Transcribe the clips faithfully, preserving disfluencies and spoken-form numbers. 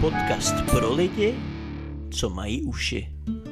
Podcast pro lidi, co mají uši.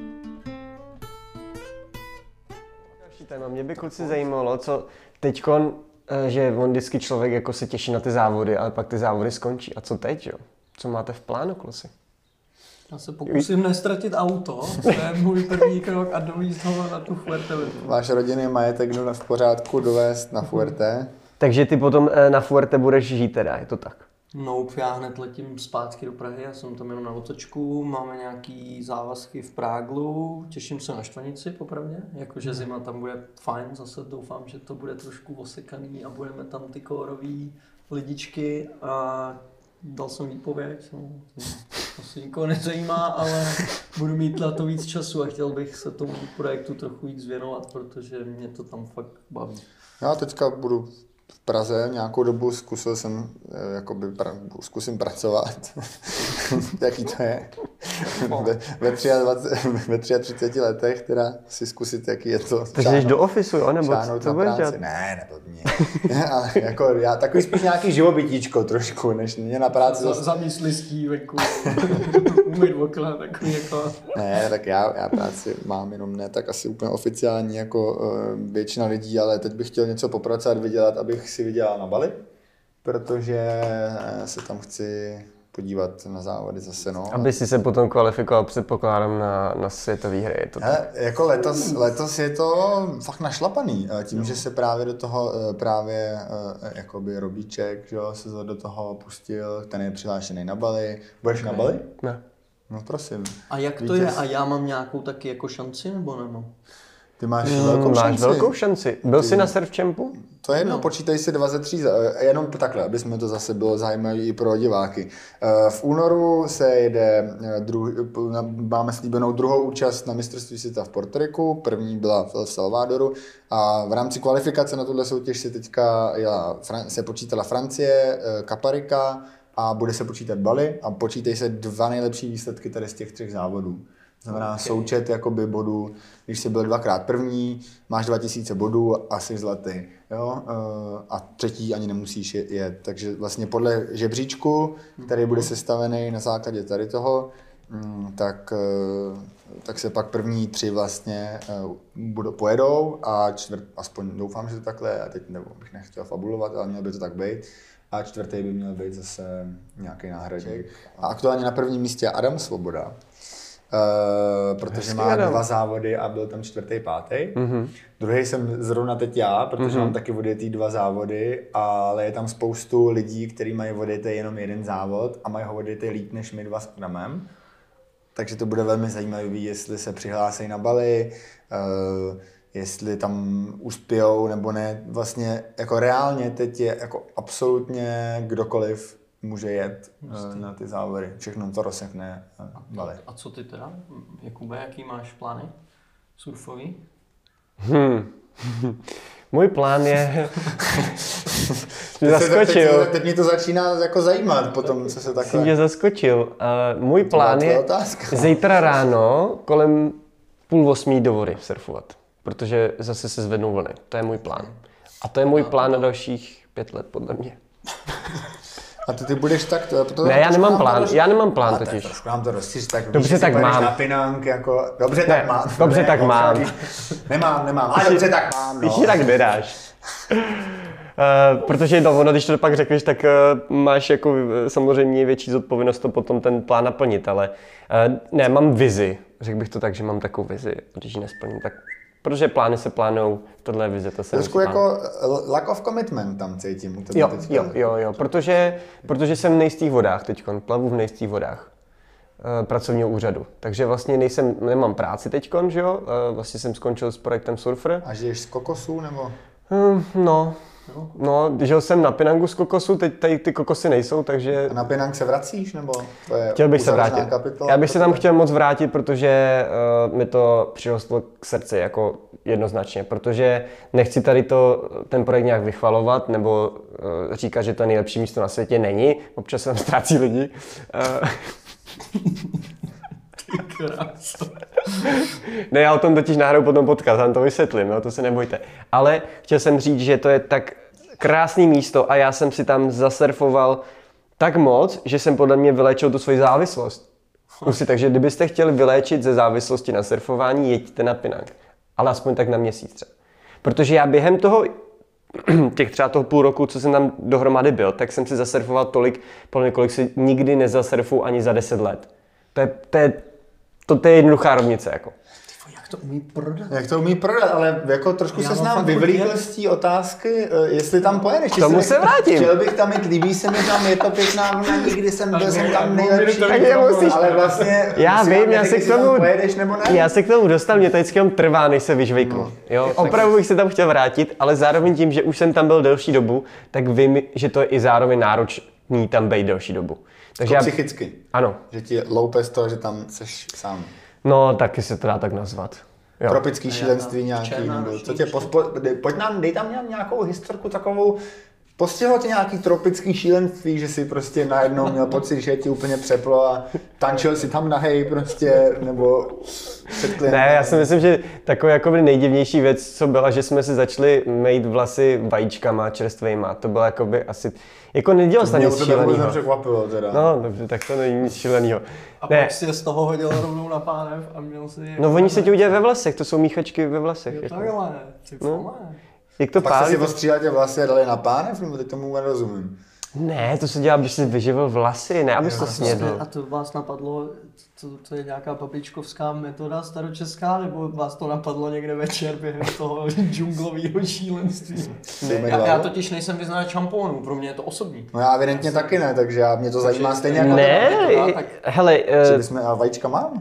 Další téma. Mě by kluci zajímalo, co teďkon, že on vždycky člověk jako se těší na ty závody, ale pak ty závody skončí. A co teď, jo? Co máte v plánu, kluci? Já se pokusím nestratit auto, to je můj první krok a dovízt ho na tu Fuerteventu. Váš rodinný majetek jdu v pořádku dovést na Fuerte. Takže ty potom na Fuerte budeš žít teda, je to tak? No, já hned letím zpátky do Prahy, já jsem tam jenom na otočku, máme nějaký závazky v Práglu, těším se na Štvanici popravdě, jakože zima tam bude fajn, zase doufám, že to bude trošku osekaný a budeme tam ty kolorový lidičky a dal jsem výpověď, no, asi nikoho nezajímá, ale budu mít na to víc času a chtěl bych se tomu projektu trochu víc věnovat, protože mě to tam fakt baví. Já teďka budu v Praze nějakou dobu, zkusil jsem, jakoby, pra, zkusím pracovat, jaký to je, ve, ve, ve třiadvaceti třech letech, teda si zkusit, jaký je to. Takže jdeš do ofisu, jo? Nebo co budeš dělat? Ne, nebo mě. Ale jako já takový spíš nějaký živobytíčko trošku, než mě na práci. Za, zamíst listí venku, umýt okna, takový jako. Ne, tak já, já práci mám jenom ne tak asi úplně oficiální jako uh, většina lidí, ale teď bych chtěl něco popracovat, vydělat, abych si vydělal na Bali, protože se tam chci podívat na závody zase, no. Aby si se potom kvalifikoval, předpokládám, na, na světové hry. Je to Hele, jako letos, letos je to fakt našlapaný, tím, no. Že se právě do toho právě jakoby Robíček, že jo, se do toho pustil, ten je přihlášený na Bali. Budeš okay. na Bali? Ne. No prosím. A jak to Vítěz... je? A já mám nějakou taky jako šanci, nebo nemám? Ty máš hmm, velkou máš šanci. velkou šanci. Byl Ty... jsi na surf campu? To je jedno, no. Počítej si dva ze tří, jenom takhle, aby jsme to zase bylo zajímavé i pro diváky. V únoru se jede, druh, máme slíbenou druhou účast na mistrovství světa v Portoriku, první byla v Salvadoru a v rámci kvalifikace na tuhle soutěž se teďka jela, se počítala Francie, Kaparika a bude se počítat Bali a počítají se dva nejlepší výsledky tady z těch třech závodů. Znamená okay. Součet jakoby bodů, když jsi byl dvakrát první, máš dva tisíce bodů a jsi zlatý. Jo? A třetí ani nemusíš jet. Takže vlastně podle žebříčku, který bude sestavený na základě tady toho, tak, tak se pak první tři vlastně budou, pojedou a čtvrt, aspoň doufám, že to takhle, a teď nebo bych nechtěl fabulovat, ale mělo by to tak být. A čtvrtý by měl být zase nějaký náhradník. A aktuálně na prvním místě je Adam Svoboda. Uh, protože Hezky má dva závody a byl tam čtvrtý, pátý. Mm-hmm. Druhý jsem zrovna teď já, protože mm-hmm. mám taky odjetý dva závody, ale je tam spoustu lidí, kteří mají odjetý jenom jeden závod a mají ho odjetý líp než my dva s Adamem. Takže to bude velmi zajímavé, jestli se přihlásí na Bali, uh, jestli tam uspějou nebo ne. Vlastně jako reálně teď je jako absolutně kdokoliv může jet Justý. Na ty závody. Všechno to rozsekne Bali. A co ty teda, Jakube, jaký máš plány surfový? Hmm. Můj plán je... mě zaskočil. Teď, teď mě to začíná jako zajímat potom, co se takhle... Jsi mě zaskočil. Uh, můj to plán je otázka. Zítra ráno kolem půl osmí do vody surfovat. Protože zase se zvednou vlny. To je můj plán. A to je můj plán na dalších pět let, podle mě. A ty, ty budeš tak... To, to ne, já nemám plán, roz... já nemám plán totiž. Trošku nám to rozčíš, tak dobře, víš, tak mám. Na Pinang, jako... Dobře, ne, tak mám. Dobře, ne, tak jako, mám. Nemám, nemám, ale dobře, tak mám, no. Když tak nedáš. uh, protože no, ono, když to pak řekneš, tak uh, máš jako uh, samozřejmě větší zodpovědnost to potom ten plán naplnit, ale uh, ne, mám vizi. Řekl bych to tak, že mám takovou vizi, když ji nesplním, tak... Protože plány se plánujou, tohle je vize, to se trošku jako lack of commitment tam cítím. Jo, jo, jo, jo, protože, protože jsem v nejistých vodách teďkon, plavu v nejistých vodách e, pracovního úřadu. Takže vlastně nejsem, nemám práci teďkon, že jo, e, vlastně jsem skončil s projektem Surfer. A žiješ z kokosů, nebo? E, no, no, žil jsem na Pinangu z kokosu, teď tady ty kokosy nejsou, takže... A na Pinang se vracíš, nebo to je chtěl bych se vrátit. Kapitola, Já bych se tam chtěl moc vrátit, protože uh, mi to přirostlo k srdci, jako jednoznačně, protože nechci tady to, ten projekt nějak vychvalovat, nebo uh, říkat, že to je nejlepší místo na světě není, občas se tam ztrácí lidi. Uh, ne, já o tom totiž nahraju potom podcast, já to vysvětlím, jo, to se nebojte. Ale chtěl jsem říct, že to je tak krásné místo a já jsem si tam zasurfoval tak moc, že jsem podle mě vyléčil tu svoji závislost. Musí, takže kdybyste chtěli vyléčit ze závislosti na surfování, jeďte na Penang. Ale aspoň tak na měsíc třeba. Protože já během toho, těch třeba toho půl roku, co jsem tam dohromady byl, tak jsem si zasurfoval tolik, podle mě, kolik si nikdy nezasurfuju ani za deset let. To je, to je, to, to je jednoduchá rovnice. Jako. Jak to umí prodat? Jak to umí prodat, ale jako trošku Já se s mám nám fakt vyvlíkl hodně. z té otázky, jestli tam pojedeš. K tomu Jestli- se vrátím. Chtěl bych tam jít, líbí se mi tam, je to pěkná vlna, nikdy jsem byl jsem tam nejlepší. Tak je musíš- Ale vlastně Já si vím, nám já neřekl, se k jestli tam tomu, pojedeš nebo ne. já se k tomu dostal, mě to vždycky jenom trvá, než se vyžvejknu. No. Jo, opravdu bych se tam chtěl vrátit, ale zároveň tím, že už jsem tam byl delší dobu, tak vím, že to je i zároveň náročný tam být delší dobu. Takže Jako já, psychicky, ano, že ti loupe z toho, že tam seš sám. no taky se to dá tak nazvat. Jo. Tropický šílenství tam nějaký, černá nebo noční co tě pospo... dej- Pojď nám, dej tam nějakou historku takovou, postihlo tě nějaký tropický šílenství, že jsi prostě najednou měl pocit, že ti úplně přeplo a tančil si tam nahej prostě, nebo před klientem. Ne, já si myslím, že taková jako nejdivnější věc, co byla, že jsme si začali mít vlasy vajíčkama čerstvejma. To bylo jakoby asi, jako nedělal jsem Mě nic to vůbec šílenýho. nepřekvapilo teda. No, dobře, tak to není nic šílenýho. A Ne, pak si je z toho hodil rovnou na pánev a měl si... no oni se ti udělají ve vlasech, to jsou míchačky ve vlasech. Jo, Jako. takhle, ty No. vole. Jak to Pak jste pálí? si ostříhali tě vlasy a dali na pánev, nebo teď tomu nerozumím. Ne, to se dělá, aby si vyživil vlasy, ne abys to snědl. A to vás napadlo, to, to je nějaká babičkovská metoda staročeská, nebo vás to napadlo někde večer během toho džunglového šílenství? Sejme Já, hlavu. já totiž nejsem vyznač šampónů, pro mě je to osobní. No já evidentně taky ne, takže já, mě to zajímá stejně jako Ne, metoda, tak- hele, Že uh, bychom, a vajíčka mám?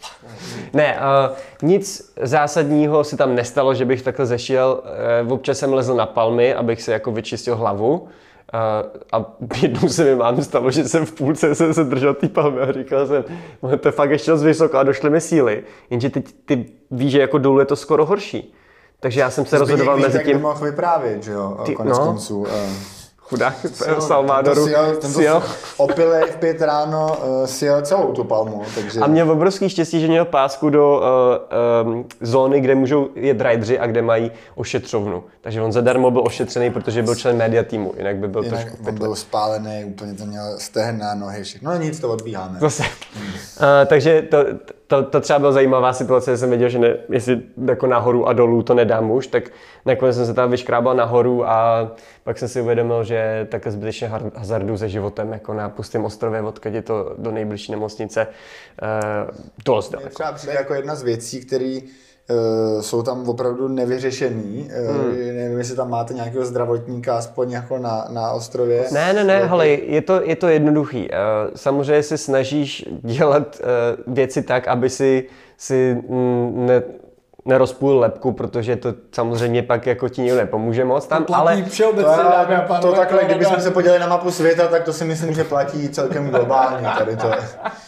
ne, uh, nic zásadního se tam nestalo, že bych takhle zešel. Uh, občas jsem lezl na palmy, abych si jako vyčistil hlavu. Uh, a jednou se mi mám stalo, že jsem v půlce se, se držel té palmy a říkal jsem, "No, to je fakt ještě dost vysoko a došly mi síly. Jenže teď ty víš, že jako dolů je to skoro horší. Takže já jsem se rozhodoval mezi tím... tím, mohl vyprávět, že jo, Ty- konec no. konců. eh. chudák To Salvadoru, si jel, ten to sjel. opilej v pět ráno uh, si jel celou tu palmu, takže... A měl obrovský štěstí, že měl pásku do uh, um, zóny, kde můžou jet rideři a kde mají ošetřovnu. Takže on zadarmo byl ošetřený, protože byl člen media týmu, jinak by byl Jinak trošku on pytle. byl spálený, úplně to měl stehna, nohy, všechno. No nic, to odbíháme. Zase. Uh, takže to, to, to třeba byla zajímavá situace, že jsem věděl, že ne, jestli jako nahoru a dolů to nedám už, tak nakonec jsem se tam vyškrábal nahoru a pak jsem si uvědomil, že takhle zbytečně hazardu se životem jako na pustém ostrově, odkud je to do nejbližší nemocnice uh, dost Mně daleko. třeba přijde jako jedna z věcí, které uh, jsou tam opravdu nevyřešený. Uh, Hmm. Nevím, jestli tam máte nějakého zdravotníka aspoň jako na, na ostrově. Ne, ne, ne, hele, je to, je to jednoduchý. Eh, Samozřejmě se snažíš dělat eh, věci tak, aby si, si mm, ne, nerozpůl lebku, protože to samozřejmě pak jako ti nikdo nepomůže moc tam, ale... To, všeobecně, dámy a je, pánové, to takhle, kolega. kdybychom se podívali na mapu světa, tak to si myslím, že platí celkem globálně tady to.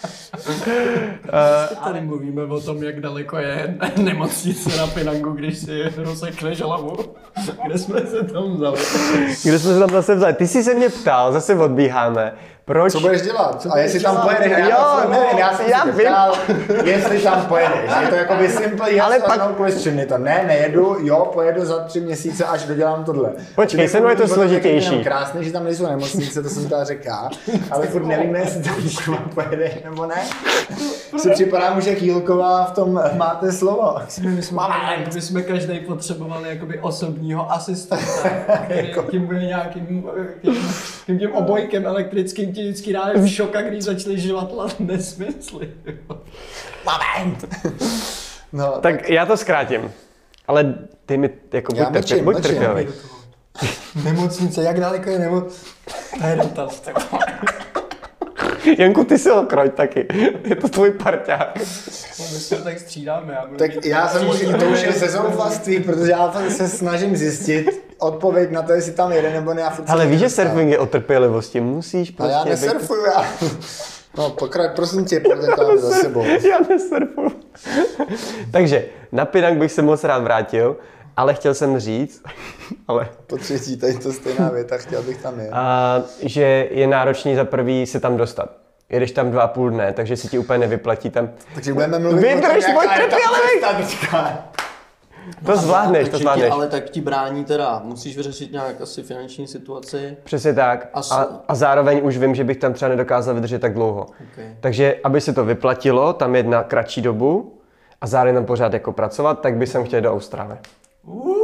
Tady mluvíme o tom, jak daleko je nemocnice na Penangu, když si rozsekneš hlavu. Kde jsme se tam vzali? Kde jsme se tam zase vzali? Ty jsi se mě ptal, zase odbíháme. Proč? Co budeš dělat? A jestli tam dělat? pojedeš? Já, Jo, to nevím, já jsem já se tě vím. ptal, jestli tam pojedeš. Je to jakoby simple yes Ale or pak- no question. Je to ne, nejedu, jo, pojedu za tři měsíce, až dodělám tohle. Počkej, Čili se mnou je to furt bylo taky složitější. jenom krásný, že tam nejsou nemocnice, to jsem teda řekl, ale furt nevíme, jestli tam třeba pojedeš nebo ne. Si připadám už jak Jílková v tom máte slovo. My jsme, my jsme každý potřebovali jakoby osobního asistenta, který tím bude nějakým tím, tím, tím obojkem elektrickým ti vždycky dáme šok, a když začali živatlat nesmysly. Moment! No, Tak já to zkrátím. Ale ty mi jako Já buď, mlčím, trpěl, buď mlčím. trpělivý. Nemocnice, jak daleko je nemocnice? To je dotaz. Janku, ty si ho kroť taky. Je to tvůj parťák. My se tak střídáme. Já budu tak mít- já jsem už to už je ze zoufalství, protože já se snažím zjistit odpověď na to, jestli tam jede nebo ne. Já furt Ale se víš, že nedostávám. surfing je o trpělivosti, musíš A prostě já nesurfuju, já... No, pokrač, prosím tě, pojďte tam za sebou. Já nesurfuju. Takže na Penang bych se moc rád vrátil, ale chtěl jsem říct, ale, Po třetí, tady to stejná věta, chtěl bych tam jet. a, že je náročný za prvý se tam dostat. Jedeš tam dva a půl dne, takže si ti úplně nevyplatí tam. Takže budeme mluvit Vydrž, o tom, buď jaká je ta trpělivý! cesta teďka. To zvládneš, to Takže zvládneš. Ti, ale tak ti brání teda, musíš vyřešit nějak asi finanční situaci. Přesně tak. A s- A, a zároveň už vím, že bych tam třeba nedokázal vydržet tak dlouho. Okay. Takže aby se to vyplatilo, tam jet na kratší dobu a zároveň tam pořád jako pracovat, tak bych jsem chtěl do Austrálie. Uh,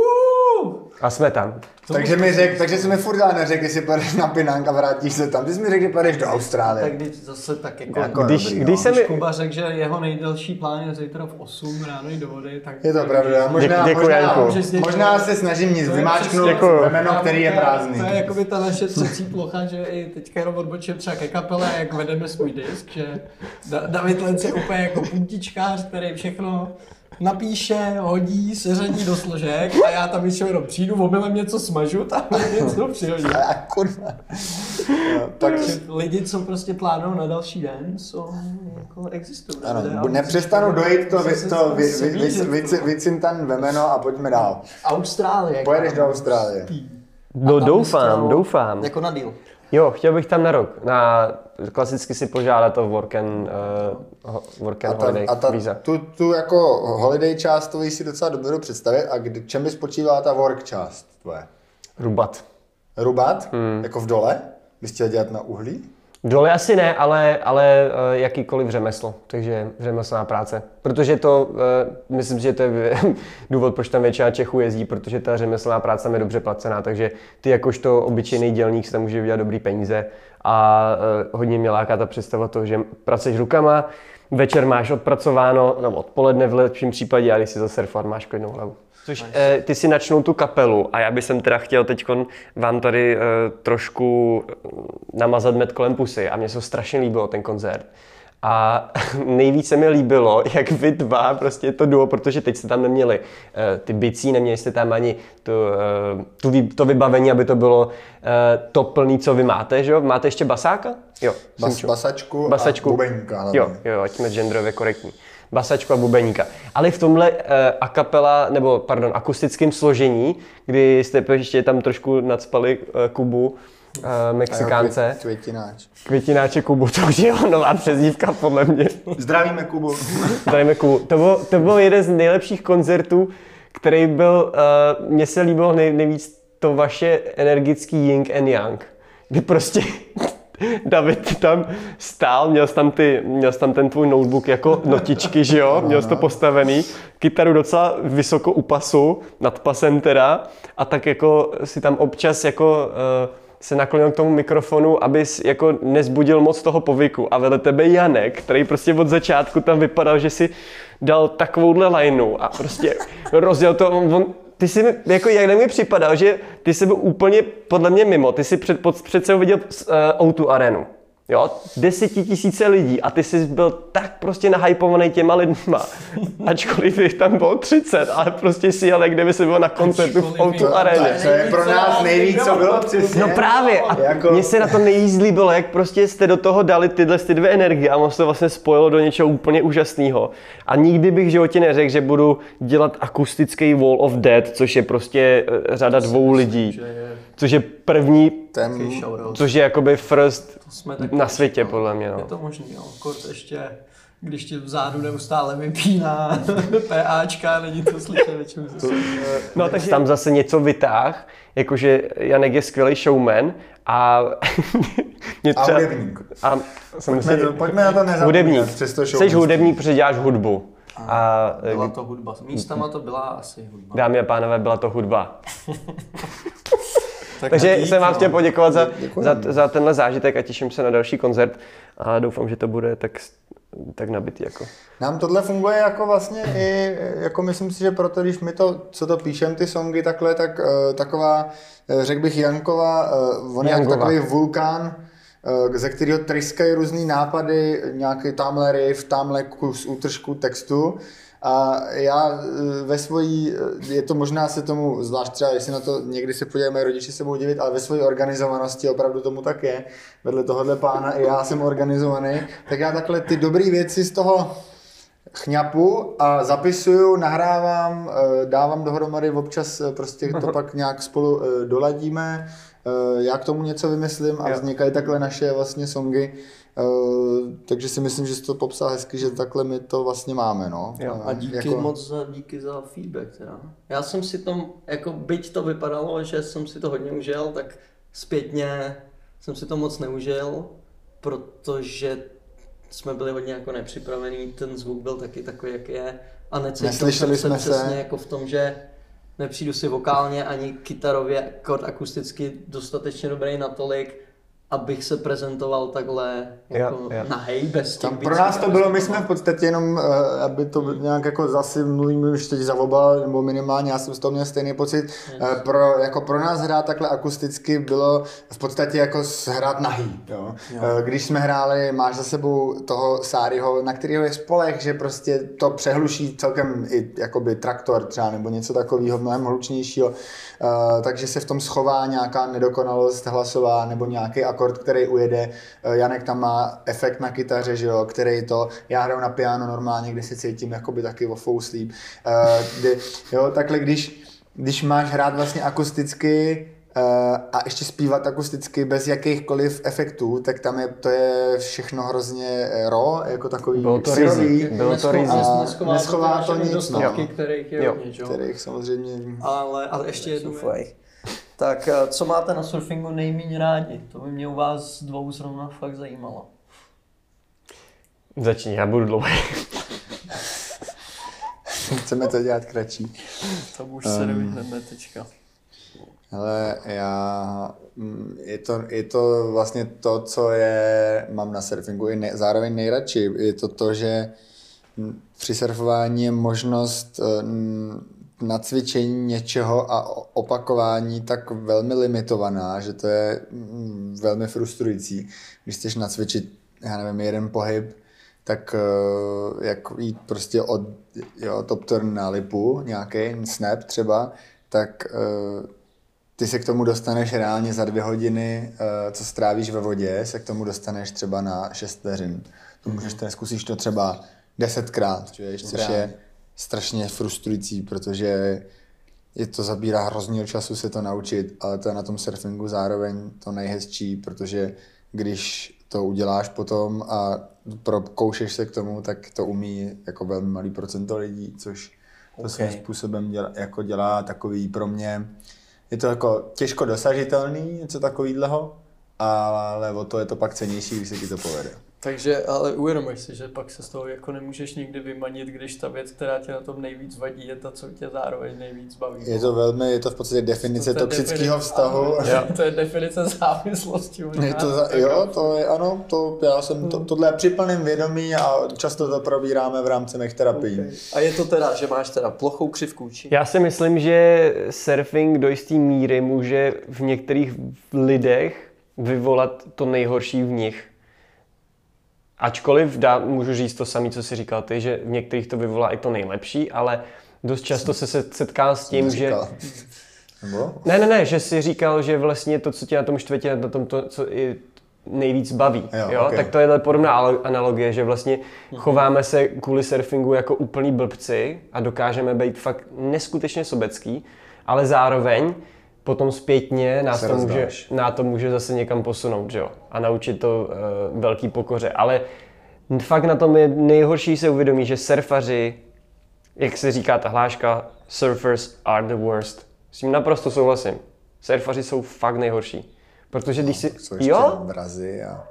A jsme tam. Takže mi řek, takže jsi mi furt dál neřekl, jestli pojedeš na Pinang a vrátíš se tam. Ty jsi mi řekl, že pojedeš do Austrálie. tak když zase tak jako... Jako Když, dobrý, když no. se mi... Kuba řekl, že jeho nejdelší plán je zítra v osm ráno jít do vody, tak... Je to pravda. Možná, děkuji, možná, Janku. možná se snažím nic To je vymáčknout Děkuji. jméno, který je prázdný. To je jakoby ta naše třecí plocha, že i teďka jenom odbočím třeba ke kapele, jak vedeme svůj disk, že Da- David Lenz je úplně jako puntičkář, který všechno napíše, hodí, seřadí do složek a já tam ještě jenom přijdu, omylem něco smažu, tam něco přihodím. A kurva. No, pak Takže lidi, co prostě plánují na další den, jsou jako existují. ano, Davide, bu- a nepřestanu musíš- dojít to, musíš vy, to vy, se vy, vy, zvířit, vy, vy, vycintan vemeno a pojďme dál. Austrálie. Pojedeš do Austrálie. No, tam doufám, bys chtěl- doufám. Jako na deal. Jo, chtěl bych tam na rok. Na, klasicky si požádat o work and, uh, work and A ta, holiday a ta víza. tu, tu jako holiday část to si docela dobře představit. A kdy, čem by spočívala ta work část tvoje? Rubat. Rubat? Hmm. Jako v dole? Bys chtěl dělat na uhlí? Dole asi ne, ale, ale uh, jakýkoliv řemeslo, takže řemeslná práce. Protože to, uh, myslím si, že to je důvod, proč tam většina Čechů jezdí, protože ta řemeslná práce tam je dobře placená, takže ty jakožto obyčejný dělník si tam může vydělat dobrý peníze a uh, hodně mě láká ta představa toho, že pracuješ rukama, večer máš odpracováno, nebo odpoledne v lepším případě, a když si zasurfovat, máš klidnou hlavu. Což eh, ty si načnou tu kapelu a já bych jsem teda chtěl teď vám tady eh, trošku namazat med kolem pusy a mně se to strašně líbilo ten koncert. A nejvíce mi líbilo, jak vy dva, prostě to duo, protože teď jste tam neměli eh, ty bicí, neměli jste tam ani tu, eh, tu, vy- to vybavení, aby to bylo eh, to plný, co vy máte, že jo? Máte ještě basáka? Jo. Bas, Simčo. basačku, Basačku. a bubeníka. hlavně. Jo, jo, ať jsme genderově korektní. Basačku a bubeníka. Ale v tomhle uh, akapela, nebo pardon, akustickém složení, kdy jste ještě tam trošku nacpali uh, Kubu, uh, Mexikánce, A jo, květ- Květináč. květináče Kubu, to už je jeho nová přezdívka podle mě. Zdravíme Kubu. Zdravíme Kubu. To byl, to byl jeden z nejlepších koncertů, který byl, uh, mně se líbilo nej, nejvíc to vaše energický yin and yang, kdy prostě David tam stál, měl jsi tam, ty, měl jsi tam ten tvůj notebook jako notičky, že jo, měl jsi to postavený, kytaru docela vysoko u pasu, nad pasem teda, a tak jako si tam občas jako uh, se naklonil k tomu mikrofonu, abys jako nezbudil moc toho povyku. A vedle tebe Janek, který prostě od začátku tam vypadal, že si dal takovouhle lineu a prostě rozjel to. On, ty si mi, jako jak mi připadal, že ty jsi byl úplně podle mě mimo. Ty jsi před, pod, před sebou viděl uh, ó dva arenu. Jo, desetitisíce lidí a ty jsi byl tak prostě nahypovaný těma lidma, ačkoliv jich tam bylo třicet, ale prostě si jel, jak kdyby se byl na koncertu v ó dva aréně. To je pro nás nejvíc, co bylo přesně. No právě, a Jako- mně se na to nejvíc líbilo, jak prostě jste do toho dali tyhle ty dvě energie a ono se to vlastně spojilo do něčeho úplně úžasného. A nikdy bych v životě neřekl, že budu dělat akustický Wall of Death, což je prostě eh, řada dvou lidí, Že je což je první, Ten, takový shoutout. což je jakoby first To jsme taky na světě, nečekali. podle mě. Je No. to možný, jo. Kort ještě, když ti vzadu neustále vypíná PAčka, není to slyšet většinou. No, takže tam zase něco vytáh, jakože Janek je skvělý showman a mě a třeba... hudebník. A samozřejmě Pojďme, to- pojďme na to nezapomínat. hudebník. Přesto show Jsi hudebník, protože děláš hudbu. A Byla to hudba. Místama to byla asi hudba. dámy a pánové, byla to hudba. Tak Takže dík, jsem vám no. chtěl poděkovat za, Děkuji. za, za tenhle zážitek a těším se na další koncert a doufám, že to bude tak, tak nabitý jako. Nám tohle funguje jako vlastně i, jako myslím si, že proto, když my to, co to píšem, ty songy takhle, tak uh, taková, uh, řekl bych Jankova, uh, on je jak Jankova. takový vulkán, uh, ze kterého tryskají různý nápady, nějaký tamhle riff, tamhle kus útržku textu. A já uh, ve svojí, uh, je to možná se tomu, zvlášť třeba, jestli na to někdy se podívají moji rodiče, se budou divit, ale ve své organizovanosti opravdu tomu tak je. Vedle tohohle pána i já jsem organizovaný, tak já takhle ty dobré věci z toho chňapu a zapisuju, nahrávám, eh, dávám dohromady, občas eh, prostě to pak nějak spolu eh, doladíme, eh, já k tomu něco vymyslím a vznikají takhle naše vlastně songy. Uh, takže si myslím, že jsi to popsal hezky, že takhle my to vlastně máme, no. Jo, A díky jako... moc za, díky za feedback teda. Já jsem si to, jako byť to vypadalo, že jsem si to hodně užil, tak zpětně jsem si to moc neužil, protože jsme byli hodně jako nepřipravení, ten zvuk byl taky takový, jak je. A necítil jsem se přesně jako v tom, že nepřijdu si vokálně ani kytarově, kort akusticky dostatečně dobrý natolik, abych se prezentoval takhle jako jo, jo. nahej, bez těch Tam pro nás to bylo, my jsme v podstatě jenom, aby to nějak jako zase mluvím už teď za oba, nebo minimálně, já jsem z toho měl stejný pocit, pro, jako pro nás hrát takhle akusticky bylo v podstatě jako hrát nahý, jo. Jo. Když jsme hráli, máš za sebou toho Sáryho, na kterého je spolech, že prostě to přehluší celkem i jakoby traktor třeba, nebo něco takového mnohem hlučnějšího, takže se v tom schová nějaká nedokonalost hlasová, nebo nějaký akord, který ujede. Janek tam má efekt na kytaře, že jo, který to, já hraju na piano normálně, kde se cítím jakoby taky ofouslý. Uh, jo, takhle když, když máš hrát vlastně akusticky uh, a ještě zpívat akusticky bez jakýchkoliv efektů, tak tam je, to je všechno hrozně raw, jako takový bylo to syrový. Bylo to rizí. Neschová, neschová to, to nic, no. Kterých je jo. hodně, kterých samozřejmě. Ale, ale ještě jednou. Tak co máte na surfingu nejméně rádi? To by mě u vás dvou zrovna fakt zajímalo. Začni, já budu dlouhý. Chceme to dělat kratší. To už se nevyhneme teďka. Ale já, je to, je to vlastně to, co je, mám na surfingu i ne, zároveň nejradši. Je to to, že při surfování je možnost na cvičení něčeho a opakování tak velmi limitovaná, že to je velmi frustrující. Když chceš nacvičit, já nevím, jeden pohyb, tak jak jít prostě od jo, top turn na lipu, nějaký snap třeba, tak ty se k tomu dostaneš reálně za dvě hodiny, co strávíš ve vodě, se k tomu dostaneš třeba na šest vteřin. To můžeš, ten, zkusíš to třeba desetkrát, což je strašně frustrující, protože je to zabírá hrozně času se to naučit, ale to je na tom surfingu zároveň to nejhezčí, protože když to uděláš potom a prokoušeš se k tomu, tak to umí jako velmi malý procento lidí, což to okay. svým způsobem dělá, jako dělá takový pro mě, je to jako těžko dosažitelný, něco takovýhleho, ale o to je to pak cennější, když se ti to povede. Takže, ale uvědomuješ si, že pak se z toho jako nemůžeš nikdy vymanit, když ta věc, která tě na tom nejvíc vadí, je ta, co tě zároveň nejvíc baví. Je to velmi, je to v podstatě definice to toxického vztahu. Ano, to je definice závislosti. Je to, za, jo, to je, ano, to, já jsem, to, tohle je při plném vědomí a často to probíráme v rámci mých terapií. Okay. A je to teda, že máš teda plochou křivku, či? Já si myslím, že surfing do jisté míry může v některých lidech vyvolat to nejhorší v nich. Ačkoliv dá, můžu říct to samé, co jsi říkal ty, že v některých to vyvolá i to nejlepší, ale dost často se setká s tím, že... Ne, ne, ne, že jsi říkal, že vlastně to, co tě na tom štve, na tom to, co i nejvíc baví, jo, jo? Okay. Tak to je podobná analogie, že vlastně chováme se kvůli surfingu jako úplný blbci a dokážeme být fakt neskutečně sobecký, ale zároveň potom zpětně nás to, může, nás to může zase někam posunout, že jo? A naučit to uh, velký pokoře. Ale fakt na tom je nejhorší se uvědomí, že surfaři, jak se říká ta hláška, surfers are the worst. S tím naprosto souhlasím. Surfaři jsou fakt nejhorší. Protože když si... Jsou ještě jo? Mrazy a...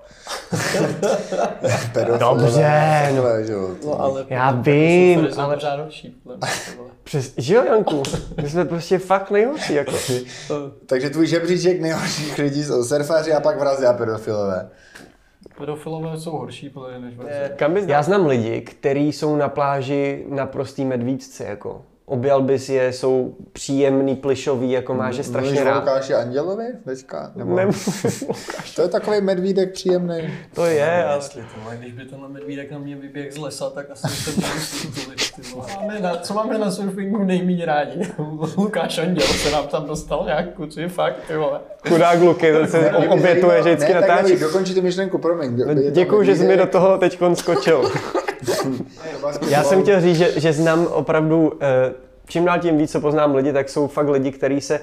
Dobře, no, no ale já vím, ale... Přes... Že jo, Janku? My jsme prostě fakt nejhorší, jako. Takže tvůj žebříček nejhorších lidí jsou surfaři a pak mrazy a pedofilové. Pedofilové jsou horší plně než vrazi. Já znám lidi, kteří jsou na pláži na prostý medvídce, jako. Objal bys je, jsou příjemný, plišový, jako máš je strašně rád. Mluvíš o Lukáši Andělovi teďka? Nebo... To je takový medvídek příjemný. To je, ale... ale... Když by tenhle medvídek na mě vyběh z lesa, tak asi jsem nemusím. Co máme na surfingu nejméně rádi? Lukáš Anděl se nám tam dostal nějak kuci, fakt, ty vole. Chudák Luky, to se obětuje vždycky natáčí. Dokončí tu myšlenku, promiň. Děkuju, že jsi mi do toho teď skočil. Já jsem chtěl říct, že, že znám opravdu uh, čím dál tím víc, co poznám lidi, tak jsou fakt lidi, kteří se,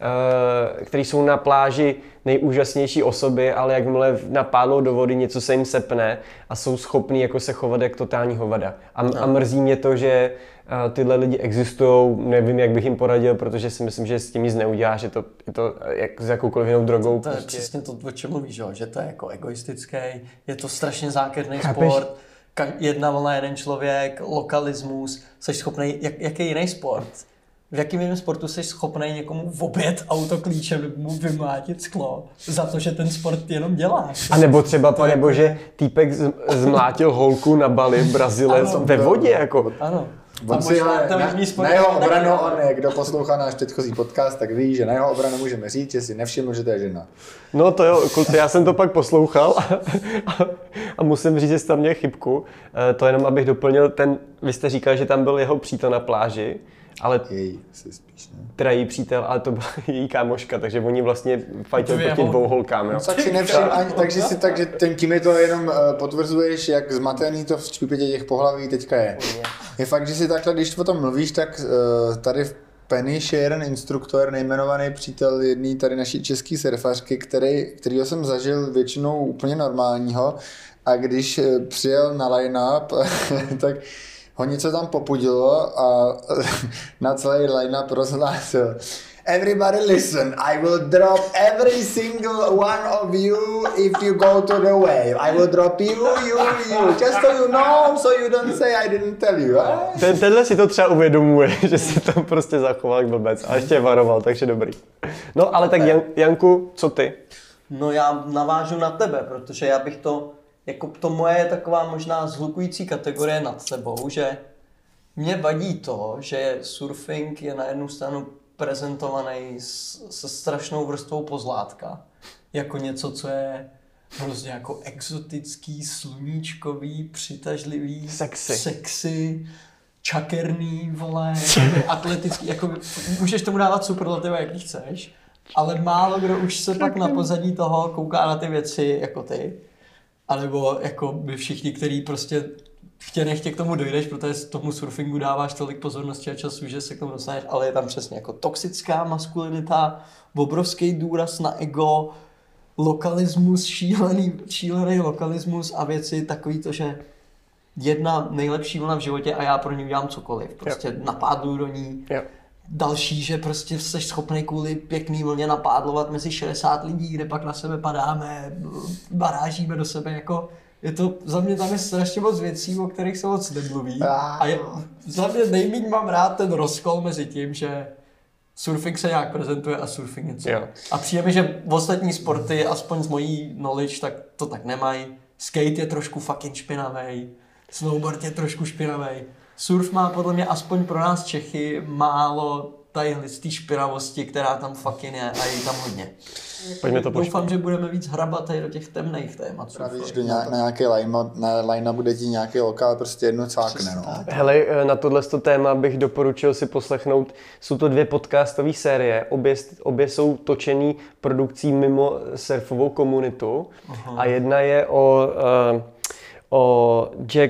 uh, kteří jsou na pláži nejúžasnější osoby, ale jakmile napádnou do vody, něco se jim sepne a jsou schopní jako se chovat jak totální hovada. A, no. a mrzí mě to, že uh, tyhle lidi existují, nevím, jak bych jim poradil, protože si myslím, že s tím nic neudělá, že to je to jak s jakoukoliv jinou drogou. To je prostě. přesně to, o čem mluvíš, že to je jako egoistický, je to strašně zákeřný Chápeš? sport, jedna vlna, jeden člověk, lokalismus, jsi schopný, jak, jaký jiný sport? V jakém jiném sportu jsi schopný někomu objet autoklíčem nebo mu vymlátit sklo za to, že ten sport jenom děláš? A nebo třeba, pane bože, týpek z- zmlátil holku na Bali v Brazile Ano, ve vodě, jako. Ano. On A si, možná ale to na, jiný sport na jeho je taky- obranu, on, kdo poslouchá náš předchozí podcast, tak ví, že na jeho obranu můžeme říct, že si nevšiml, že to je žena. No to jo, kluci, já jsem to pak poslouchal a, a, a musím říct, že jsi tam měl chybku. E, to jenom, abych doplnil, ten, vy jste říkal, že tam byl jeho přítel na pláži, ale Její, asi spíš, ne? teda její přítel, ale to byla její kámoška, takže oni vlastně fajtili Dvě proti holky. dvou holkám, jo. Tak si nevšim, ani, takže si takže ten, tím je to jenom uh, potvrzuješ, jak zmatený to v případě těch pohlaví teďka je. Je fakt, že si takhle, když o tom mluvíš, tak uh, tady v Penny je jeden instruktor, nejmenovaný přítel jedný tady naší český surfařky, který, kterýho jsem zažil většinou úplně normálního, a když uh, přijel na line-up, tak ho něco tam popudilo a na celý line-up rozhlásil: Everybody listen, I will drop every single one of you if you go to the wave. I will drop you, you, you, just so you know, so you don't say I didn't tell you. Eh? Ten, tenhle si to třeba uvědomuje, že se tam prostě zachoval jak blbec a ještě varoval, takže dobrý. No ale tak Jan, Janku, co ty? No já navážu na tebe, protože já bych to, jako to moje je taková možná zhlukující kategorie nad sebou, že mě vadí to, že surfing je na jednu stranu prezentovaný s, se strašnou vrstvou pozlátka, jako něco, co je hrozně jako exotický, sluníčkový, přitažlivý, Sexy. sexy, čakerný, vole, atletický, jako můžeš tomu dávat superlativy, jaký chceš, ale málo kdo už se pak na pozadí toho kouká na ty věci jako ty, anebo jako by všichni, kteří prostě chtě nechtě k tomu dojdeš, protože tomu surfingu dáváš tolik pozornosti a času, že se k tomu dostaneš, ale je tam přesně jako toxická maskulinita, obrovský důraz na ego, lokalismus, šílený, šílený lokalismus a věci takový to, že jedna nejlepší vlna v životě a já pro ní udělám cokoliv. Prostě jo. napádluju do ní. Jo. Další, že prostě jsi schopný kvůli pěkný vlně napádlovat mezi šedesát lidí, kde pak na sebe padáme, barážíme do sebe, jako je to, za mě tam je strašně moc věcí, o kterých se moc nemluví. A je, za mě nejméně mám rád ten rozkol mezi tím, že surfing se nějak prezentuje a surfing něco. Jo. A přijde mi, že v ostatní sporty, aspoň z mojí knowledge, tak to tak nemají. Skate je trošku fucking špinavej, snowboard je trošku špinavej. Surf má podle mě aspoň pro nás Čechy málo tadyhle z té špinavosti, která tam fucking je a je tam hodně. Pojďme to pošpinit. Doufám, že budeme víc hrabat tady do těch temných témat. Pravíš, do nějak, na nějaké line, na line bude ti nějaký lokál prostě jedno cvákne, no. Hele, na tohle téma bych doporučil si poslechnout, jsou to dvě podcastové série, obě, obě jsou točený produkcí mimo surfovou komunitu. Aha. A jedna je o, uh, o Jack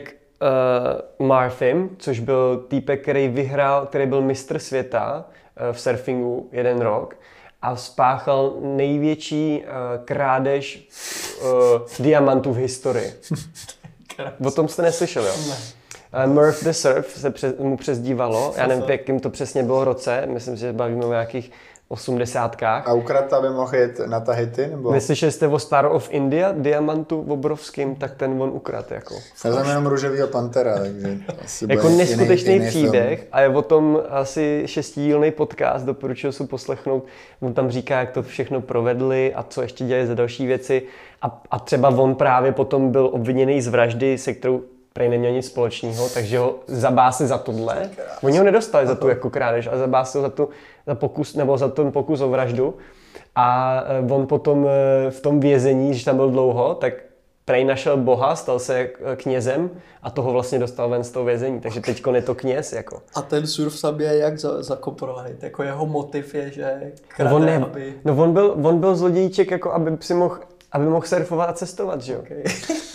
uh, Marthym, což byl týpek, který vyhrál, který byl mistr světa uh, v surfingu jeden rok a spáchal největší uh, krádež uh, diamantů v historii. O tom jste neslyšel, jo? Ne. Uh, Murph the Surf se přes, mu přezdívalo, já nevím, jakým to přesně bylo roce, myslím, že bavíme o nějakých osmdesátkách. A ukradl, aby mohl jet na Tahiti, nebo? Neslyšeli jste o Star of India, diamantu obrovským, tak ten on ukradl, jako. Já znám jenom Růžovýho pantera, takže asi jako bude neskutečný jiný, jiný příběh film. a je o tom asi šestidílný podcast, doporučuji si poslechnout. On tam říká, jak to všechno provedli a co ještě dělají za další věci. A, a třeba on právě potom byl obviněný z vraždy, se kterou prej neměl nic společného, takže ho zabásli za tohle. Oni ho nedostali za tu jako krádež, ale zabásli za tu za pokus, nebo za ten pokus o vraždu. A on potom v tom vězení, když tam byl dlouho, tak prej našel Boha, stal se knězem a toho vlastně dostal ven z toho vězení, takže teďko je to kněz, jako. A ten surf sam je jak za, zakoprovaný, jako jeho motiv je, že krade, no on ne, aby... No on byl, on byl zlodějček, jako aby si mohl, aby mohl surfovat a cestovat, že jo. Okay.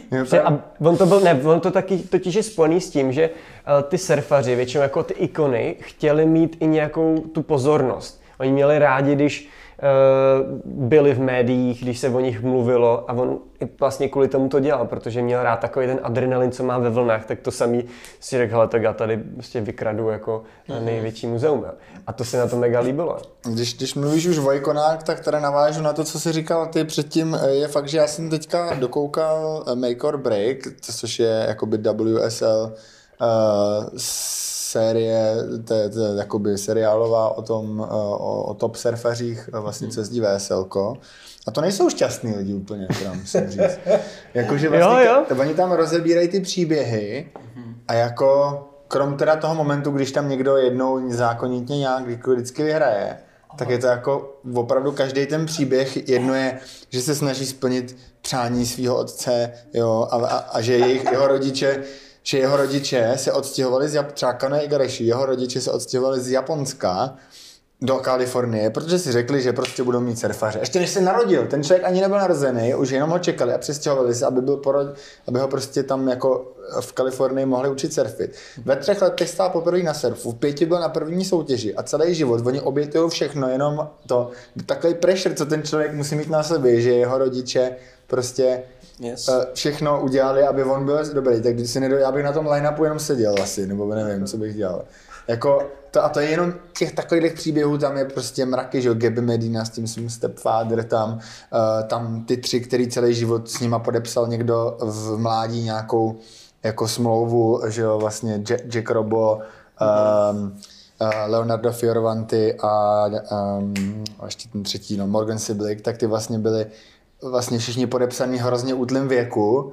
A on to byl, ne, on to taky totiž je spojený s tím, že uh, ty surfaři, většinou jako ty ikony, chtěli mít i nějakou tu pozornost. Oni měli rádi, když uh, byli v médiích, když se o nich mluvilo a on i vlastně kvůli tomu to dělal, protože měl rád takový ten adrenalin, co má ve vlnách, tak to samý si řekl, hele, tak já tady prostě vykradu jako mm. největší muzeum. A to se na to mega líbilo. Když, když mluvíš už o ikonách, tak teda navážu na to, co jsi říkal ty předtím. Je fakt, že já jsem teďka dokoukal Make or Break, což je jakoby W S L uh, série, to je, to je jakoby seriálová o tom, o, o top surfařích, vlastně co jezdí V S L ko. A to nejsou šťastní lidi úplně, teda musím říct. Jakože vlastně, jo, jo. Oni tam rozebírají ty příběhy a jako krom teda toho momentu, když tam někdo jednou zákonitě nějak vždycky vyhraje, tak je to jako opravdu každý ten příběh, jedno je, že se snaží splnit přání svého otce, jo, a, a, a že jejich, jeho rodiče že jeho rodiče se odstěhovali z Jap- třeba Kanoe Igarashi, jeho rodiče se odstěhovali z Japonska do Kalifornie, protože si řekli, že prostě budou mít surfaře. Ještě než se narodil, ten člověk ani nebyl narozený, už jenom ho čekali a přestěhovali se, aby, byl porod, aby ho prostě tam jako v Kalifornii mohli učit surfit. Ve třech letech stál poprvé na surfu, v pěti byl na první soutěži a celý život, oni obětují všechno, jenom to, takový pressure, co ten člověk musí mít na sobě, že jeho rodiče prostě yes. všechno udělali, aby on byl dobrý, tak když si nedoj, já bych na tom line-upu jenom seděl asi, nebo nevím, co bych dělal. Jako, to, a to je jenom těch takových příběhů, tam je prostě mraky, že jo, Gaby Medina s tím svým stepfather, tam, uh, tam ty tři, který celý život s nima podepsal někdo v mládí nějakou jako smlouvu, že jo, vlastně Jack, Jack Robo, um, uh, Leonardo Fioravanti a, um, a ještě ten třetí, no, Morgan Siblik, tak ty vlastně byli vlastně všichni podepsaní hrozně útlým věku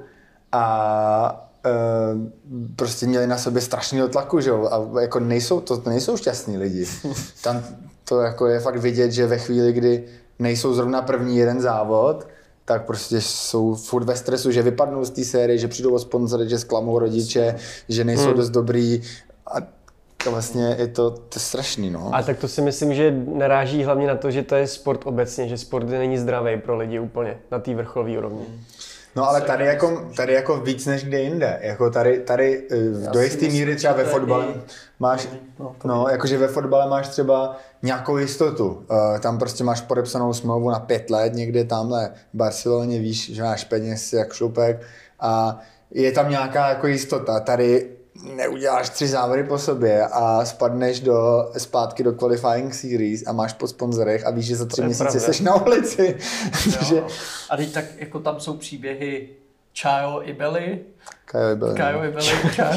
a Uh, prostě měli na sobě strašného tlaku, že jo, a jako nejsou, to nejsou šťastní lidi. Tam to jako je fakt vidět, že ve chvíli, kdy nejsou zrovna první jeden závod, tak prostě jsou furt ve stresu, že vypadnou z té série, že přijdou o sponzory, že zklamou rodiče, že nejsou hmm. dost dobrý a to vlastně je to, to je strašný, no. A tak to si myslím, že naráží hlavně na to, že to je sport obecně, že sport není zdravý pro lidi úplně na té vrcholové úrovni. Hmm. No ale tady jako, tady jako víc než kde jinde, jako tady, tady do jisté míry třeba ve fotbale máš, no jakože ve fotbale máš třeba nějakou jistotu, uh, tam prostě máš podepsanou smlouvu na pět let někde tamhle v Barceloně, víš, že máš peněz jak šlupek a je tam nějaká jako jistota, tady neuděláš tři závěry po sobě a spadneš do, zpátky do qualifying series a máš po sponzorech a víš, že za tři měsíce jsi na ulici. Takže... A teď tak jako tam jsou příběhy Chayo Ibeli. Chayo Ibeli. Chayo Ibeli.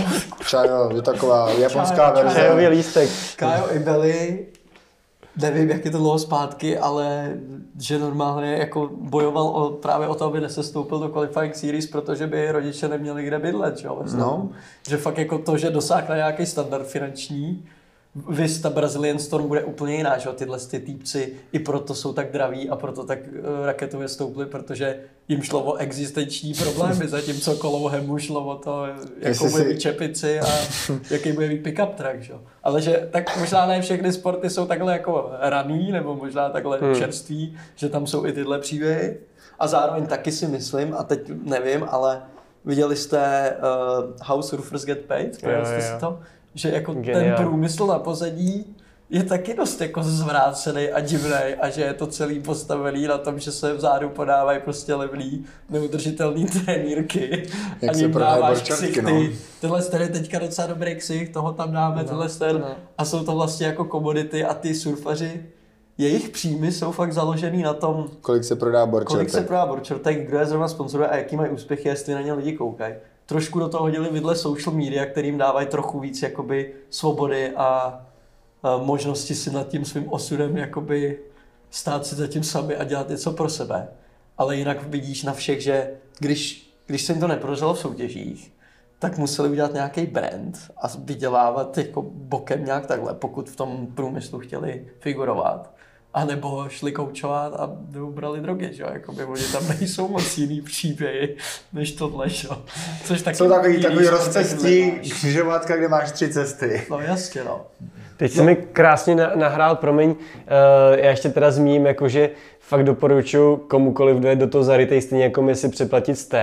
Chayo je taková japonská verze. Chayový lístek. Chayo Ibeli. Nevím, jak je to dlouho zpátky, ale že normálně jako bojoval o, právě o to, aby nesestoupil do qualifying series, protože by rodiče neměli kde bydlet, že jo? No. Že fakt jako to, že dosáhne nějaký standard finanční, Vys, ta Brazilian Storm bude úplně jiná, že jo? Tyhle ty týpci i proto jsou tak draví a proto tak uh, raketově stoupli, protože jim šlo o existenční problémy, zatímco Kolouhemu šlo o to, jakou bude mít čepici a jaký bude mít pick-up track, že jo? Ale že tak možná ne všechny sporty jsou takhle jako raný, nebo možná takhle hmm. čerství, že tam jsou i tyhle příběhy. A zároveň taky si myslím, a teď nevím, ale viděli jste uh, How Surfers Get Paid? Jo, jste jo. si to? Že jako Genial. ten průmysl na pozadí je taky dost jako zvrácený a divnej a že je to celý postavený na tom, že se vzadu podávají prostě levný, neudržitelný trenýrky jak a ním dáváš ksichty. No. Tenhle ten je teďka docela dobrý ksich, toho tam dáme, no, tenhle ten no. A jsou to vlastně jako komodity a ty surfaři, jejich příjmy jsou fakt založený na tom, kolik se prodá borčortek. Kolik se prodá borčortek, kdo je zrovna sponzoruje a jaký mají úspěchy, jestli na ně lidi koukají. Trošku do toho hodili vidle social media, kterým dávají trochu víc jakoby svobody a, a možnosti si nad tím svým osudem jakoby stát si za tím sami a dělat něco pro sebe. Ale jinak vidíš na všech, že když, když se jim to neprožilo v soutěžích, tak museli udělat nějaký brand a vydělávat jako bokem nějak takhle, pokud v tom průmyslu chtěli figurovat. A nebo šli koučovat a brali drogy, že jo, jakoby oni tam nejsou moc jiný příběhy, než tohle, že jo. Což taky jsou takový, takový rozcestí, křižovatka, kde máš tři cesty. No jasně, no. Teď jsi no. mi krásně nahrál, promiň, uh, já ještě teda zmíním, jakože fakt doporučuji komukoliv, kdo je do toho zarytej, stejně jako mi si přeplatit step.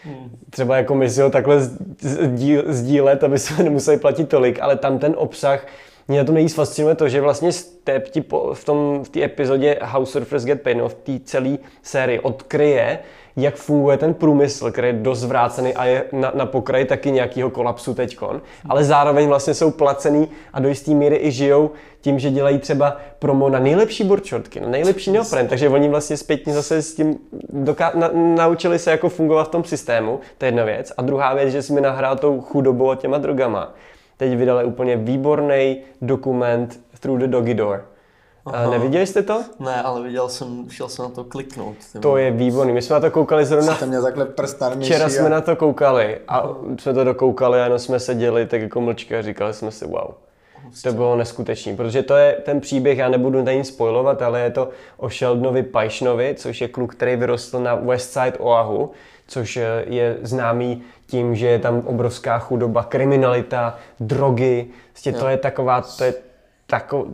třeba jako my si ho takhle sdíl, sdílet, aby jsme nemuseli platit tolik, ale tam ten obsah, mě na tom nejvíc fascinuje to, že vlastně Step ti po, v tom v té epizodě How Surfers Get Paid, no, v té celé sérii odkryje, jak funguje ten průmysl, který je dost zvrácený a je na, na pokraji taky nějakého kolapsu teďkon, ale zároveň vlastně jsou placený a do jistý míry i žijou tím, že dělají třeba promo na nejlepší boardshortky, na nejlepší neopren, takže oni vlastně zpětně zase s tím doká- na, naučili se jako fungovat v tom systému, to je jedna věc. A druhá věc, že si mi nahrál tou chudobou a těma drogama. Teď vydali úplně výborný dokument Through the Doggy Door. Aha. Neviděli jste to? Ne, ale viděl jsem, šel jsem na to kliknout. To je výborný, my jsme na to koukali zrovna. Jste měl takhle prst na Včera jsme na to koukali a jsme to dokoukali a jenom jsme seděli tak jako mlčky a říkali jsme si wow. To bylo neskutečný, protože to je ten příběh, já nebudu tady nic spoilovat, ale je to o Sheldonovi Pajšnovi, což je kluk, který vyrostl na West Side Oahu, což je známý tím, že je tam obrovská chudoba, kriminalita, drogy, vlastně to je taková, to je takové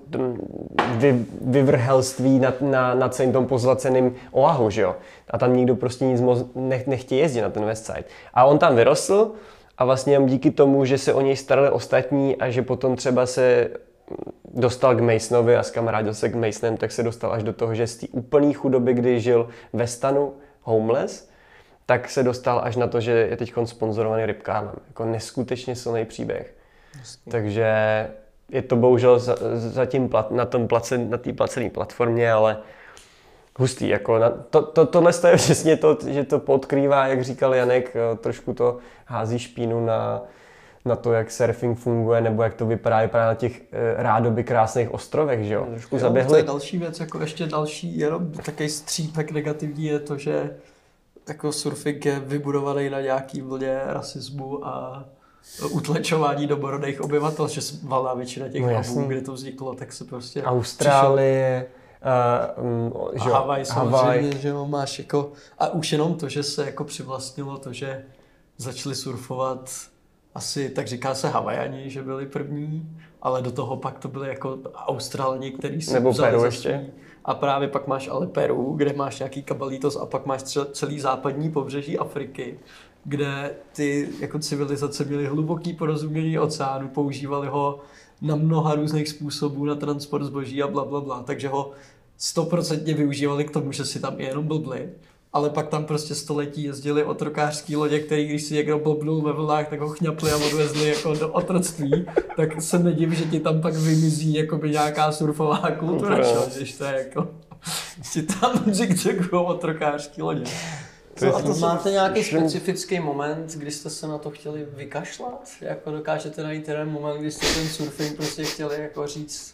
vy, vyvrhelství na, na, na celém tom pozlaceném Oahu, že jo? A tam nikdo prostě nic moc nech, nechtějí jezdit na ten West Side. A on tam vyrostl a vlastně díky tomu, že se o něj starali ostatní a že potom třeba se dostal k Masonovi a zkamarádil se k Masonem, tak se dostal až do toho, že z té úplné chudoby, kdy žil ve stanu homeless, tak se dostal až na to, že je teď sponzorovaný rybkárnem. Jako neskutečně silný příběh. Jasně. Takže je to bohužel za, za tím plat, na tom placen, na té placené platformě, ale hustý. Jako na, to, to, tohle je přesně to, že to podkrývá, jak říkal Janek, trošku to hází špínu na, na to, jak surfing funguje, nebo jak to vypadá, vypadá na těch e, rádoby krásných ostrovech, že jo? Trošku jo, zaběhli. To je další věc, jako ještě další, jenom takový střípek negativní je to, že jako surfing je vybudovaný na nějaký vlně rasismu a utlečování domorodých obyvatel, že valná většina těch no, hubů, kde to vzniklo, tak se prostě Austrálie, uh, um, a Havaj samozřejmě, že jo, máš jako, a už jenom to, že se jako přivlastnilo to, že začali surfovat asi, tak říká se Havajani, že byli první, ale do toho pak to byly jako Australani, který si nebo vzali Peru za ještě. svý. A právě pak máš ale Peru, kde máš nějaký Cabalitos a pak máš celý západní pobřeží Afriky, kde ty jako civilizace měly hluboký porozumění oceánu, používali ho na mnoha různých způsobů, na transport zboží a bla, bla, bla. Takže ho stoprocentně využívali k tomu, že si tam jenom blbli. Ale pak tam prostě století jezdili otrokářský lodě, který když si někdo blbnul ve vlnách, tak ho chňapli a odvezli jako do otroctví. Tak se nedivím, že ti tam pak vymizí jakoby nějaká surfová kultura, čo? Když to je jako... si tam zigzagujou otrokářský lodě. No a to máte nějaký specifický moment, kdy jste se na to chtěli vykašlat? Jako dokážete najít ten moment, kdy jste ten surfing prostě chtěli jako říct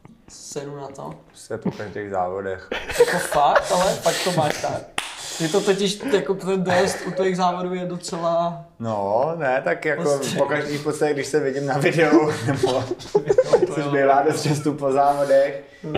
sedu na to? Se po každých závodech. Jako fakt, ale fakt to máš tak. Je to totiž, jako ten dojezd u těch závodů je docela... No, ne, tak jako po každý v podstatě, když se vidím na videu, nebo což bývá dost často po závodech, uh,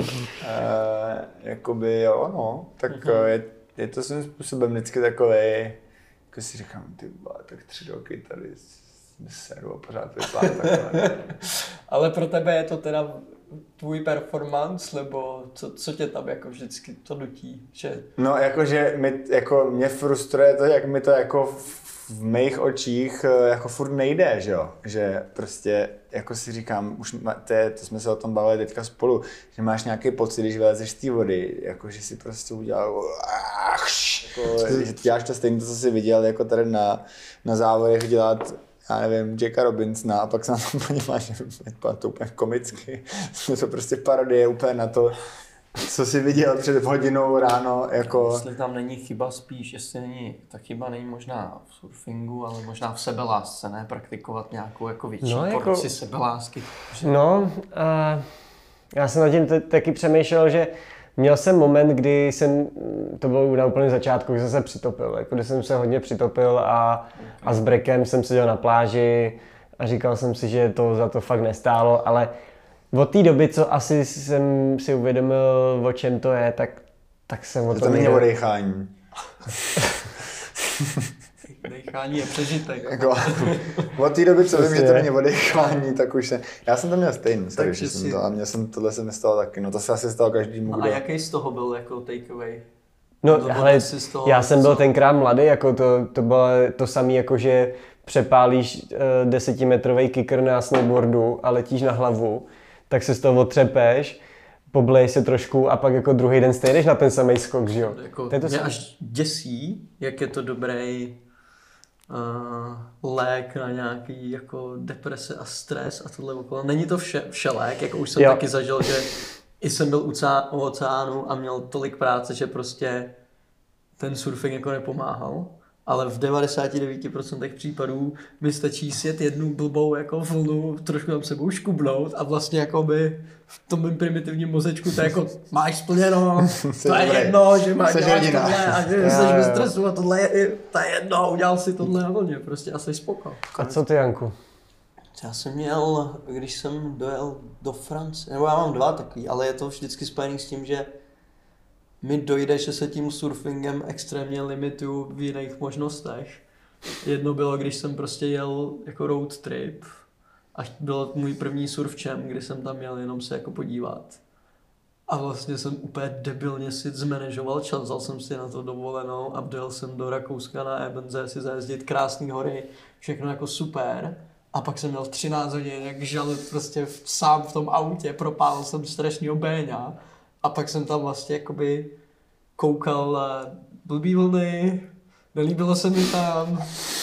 jakoby jo, no, tak uh, je, je to svým způsobem vždycky takový, jako si říkám, ty vole, tak tři roky tady seru a pořád vypadá takhle. Ale pro tebe je to teda tvůj performance, nebo co, co tě tam jako vždycky to nutí, že... No, jakože mi, jako mě frustruje to, jak mi to jako v mých očích jako furt nejde, že jo, že prostě jako si říkám, už to, je, to jsme se o tom bavili teďka spolu, že máš nějaký pocit, když vylezeš z té vody, jako že si prostě udělal jako, že děláš to stejně, to, co jsi viděl jako tady na, na závodech dělat, já nevím, Jacka Robinsona a pak se na to podíváš, vypadá to úplně komicky, je to prostě parodie úplně na to, co jsi viděl před hodinou ráno, jako... Jestli tam není chyba spíš, jestli není, ta chyba není možná v surfingu, ale možná v sebelásce, ne? Praktikovat nějakou jako větší no, porci jako... sebelásky. No, uh, já jsem nad tím t- taky přemýšlel, že měl jsem moment, kdy jsem, to bylo na úplném začátku, kdy jsem se přitopil, jako kdy jsem se hodně přitopil a, a s brekem jsem seděl na pláži a říkal jsem si, že to za to fakt nestálo, ale od té doby, co asi jsem si uvědomil, o čem to je, tak, tak jsem o tom... To není o dechání. Dechání je přežitek. Jako, od té doby, co vím, že to není o dechání, tak už se... Já jsem to měl stejný, takže jsem to, a mě jsem, tohle se mi stalo taky, no to se asi stalo každému, No kdo... a jaký z toho byl jako takeaway? No, To ale si z toho já jsem byl co? tenkrát mladý, jako to, to bylo to samé, jako že přepálíš uh, desetimetrový kicker na snowboardu a letíš na hlavu, tak se z toho otřepeš, poblej se trošku a pak jako druhý den stejneš na ten samý skok, že jo? Jako, To je to mě sam- až děsí, jak je to dobrý uh, lék na nějaký jako deprese a stres a tohle okolo. Není to vše, všelék, jako už jsem Jo. taky zažil, že i jsem byl u, cá, u oceánu a měl tolik práce, že prostě ten surfing jako nepomáhal. Ale v devadesát devět procent případů mi stačí sjet jednu blbou jako vlnu, trošku tam sebou škubnout a vlastně jako by v tom mým primitivním mozečku to jako máš splněno, to je dobrý. jedno, že máš Jsi děláš hrdina. tohle a že Jo, jsi bez jo. stresu a tohle je, to je jedno, udělal si tohle na vlně prostě a jsi spoko. A co ty, Janku? Já jsem měl, když jsem dojel do Francie, nebo já mám dva takový, ale je to vždycky spojený s tím, že mi dojde, že se tím surfingem extrémně limituju v jiných možnostech. Jedno bylo, když jsem prostě jel jako road trip a byl můj první surf camp, kdy jsem tam jel jenom se jako podívat. A vlastně jsem úplně debilně si zmanéžoval čas, vzal jsem si na to dovolenou a dojel jsem do Rakouska na Ebenze si zajezdit krásné hory, všechno jako super. A pak jsem měl třináct hodin, jak žalit prostě v, sám v tom autě, propálil jsem strašnýho béňa. A pak jsem tam vlastně jakoby koukal na blbý vlny, nelíbilo se mi tam.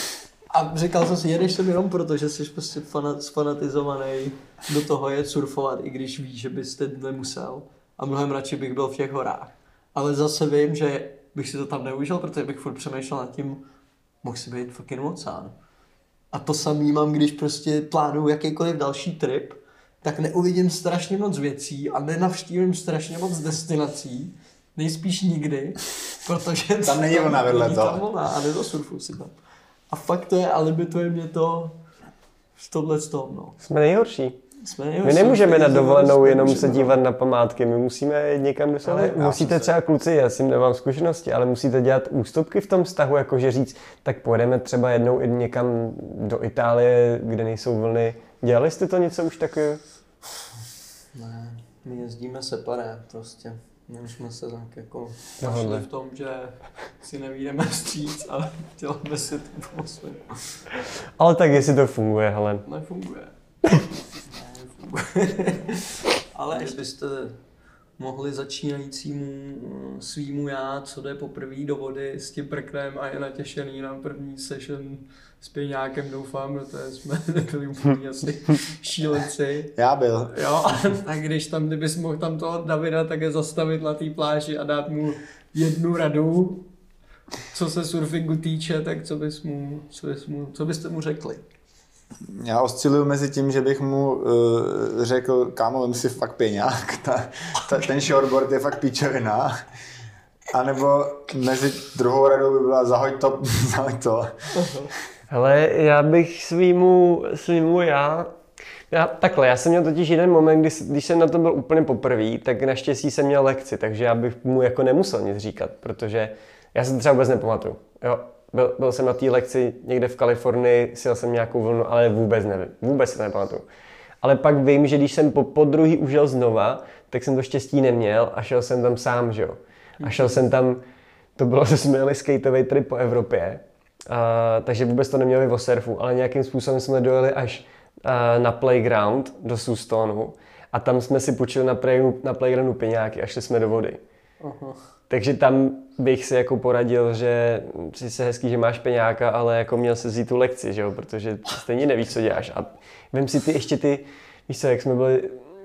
A říkal jsem si, jedeš sem jenom proto, že jsi prostě fanat, sfanatizovaný do toho jet surfovat, i když víš, že byste nemusel. A mnohem radši bych byl v těch horách. Ale zase vím, že bych si to tam neužil, protože bych furt přemýšlel nad tím, mohl si být fucking oceán. A to samý mám, když prostě plánuju jakýkoliv další trip, tak neuvidím strašně moc věcí a nenavštívím strašně moc destinací, nejspíš nikdy, protože Tam není vlna vedle není toho. tam vlna a nedosurfuju si tam. A fakt to je, a limituje mě to v tomhle tom, no. Jsme nejhorší. Jsme My nejhorší, nemůžeme na jsme dovolenou jenom nemůžeme, se no. dívat na památky, my musíme jít někam do sebe. Ale já Musíte jsem se- třeba kluci, já si nemám zkušenosti, ale musíte dělat ústupky v tom vztahu, jakože říct, tak pojedeme třeba jednou i někam do Itálie, kde nejsou vlny. Dělali jste to něco už takového? Ne, my jezdíme separé prostě. My už jsme se tak jako Dohodli. našli v tom, že si nevídeme vstříc a děláme si to po svém. Ale tak jestli to funguje, hele. Nefunguje. Nefunguje. Ale jestli byste mohli začínajícímu svýmu já, co jde poprvé do vody s tím prknem a je natěšený na první session s pěňákem, doufám, protože jsme nebyli úplně asi šílenci. Já byl. Jo, a když tam, kdybys mohl tam toho Davida také zastavit na té pláži a dát mu jednu radu, co se surfingu týče, tak co bys mu, co bys mu, co byste mu řekli? Já osciluju mezi tím, že bych mu uh, řekl, kámo, vem si fakt peňák, ta, ta, ten shortboard je fakt píčovina. A nebo mezi druhou radou by byla zahoď to, zahoď to. Hele, já bych svýmu, svýmu já, já, takhle, já jsem měl totiž jeden moment, když, když jsem na to byl úplně poprvé, tak naštěstí jsem měl lekci, takže já bych mu jako nemusel nic říkat, protože já se to třeba vůbec nepamatuju. Jo, byl, byl jsem na té lekci někde v Kalifornii, sjel jsem nějakou vlnu, ale vůbec nevím, vůbec se to nepamatuju. Ale pak vím, že když jsem po, po druhý užil znova, tak jsem to štěstí neměl a šel jsem tam sám, že jo. A šel jsem tam, to bylo, že jsme jeli skateový trip po Evropě, a, takže vůbec to neměli o surfu, ale nějakým způsobem jsme dojeli až a, na playground do Soustonu a tam jsme si půjčili na, play, na playgroundu peňáky a šli jsme do vody. Aha. Takže tam bych si jako poradil, že sice hezký, že máš peňáka, ale jako měl se vzít tu lekci, že jo, protože stejně nevíš, co děláš. A vem si ty ještě ty, víš co, jak jsme byli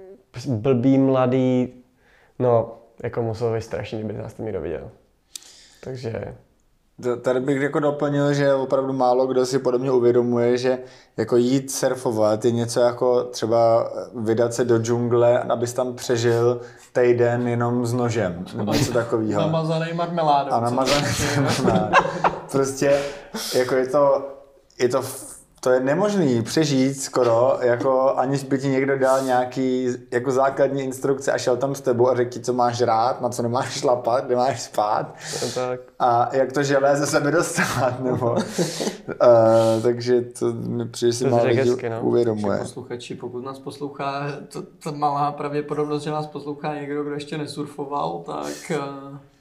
blbý, mladý, no, jako muselo být strašný, kdyby nás to někdo viděl. Takže... Tady bych jako doplnil, že opravdu málo kdo si podobně uvědomuje, že jako jít surfovat je něco jako třeba vydat se do džungle, abys tam přežil týden jenom s nožem, nebo něco takového. Namazaný marmeládou. A namazaný marmeládou. Prostě jako je to, je to, to je nemožný přežít skoro, jako aniž by ti někdo dal nějaký jako základní instrukce a šel tam s tebou a řekl ti, co máš rád, na co nemáš šlapat, kde máš spát. tak. A jak to želé ze sebe dostat, nebo... uh, takže to mi přijde, že si To málo řekl lidí hezky, no. uvědomuje. Posluchači, pokud nás poslouchá, to, to malá pravděpodobnost, že nás poslouchá někdo, kdo ještě nesurfoval, tak uh,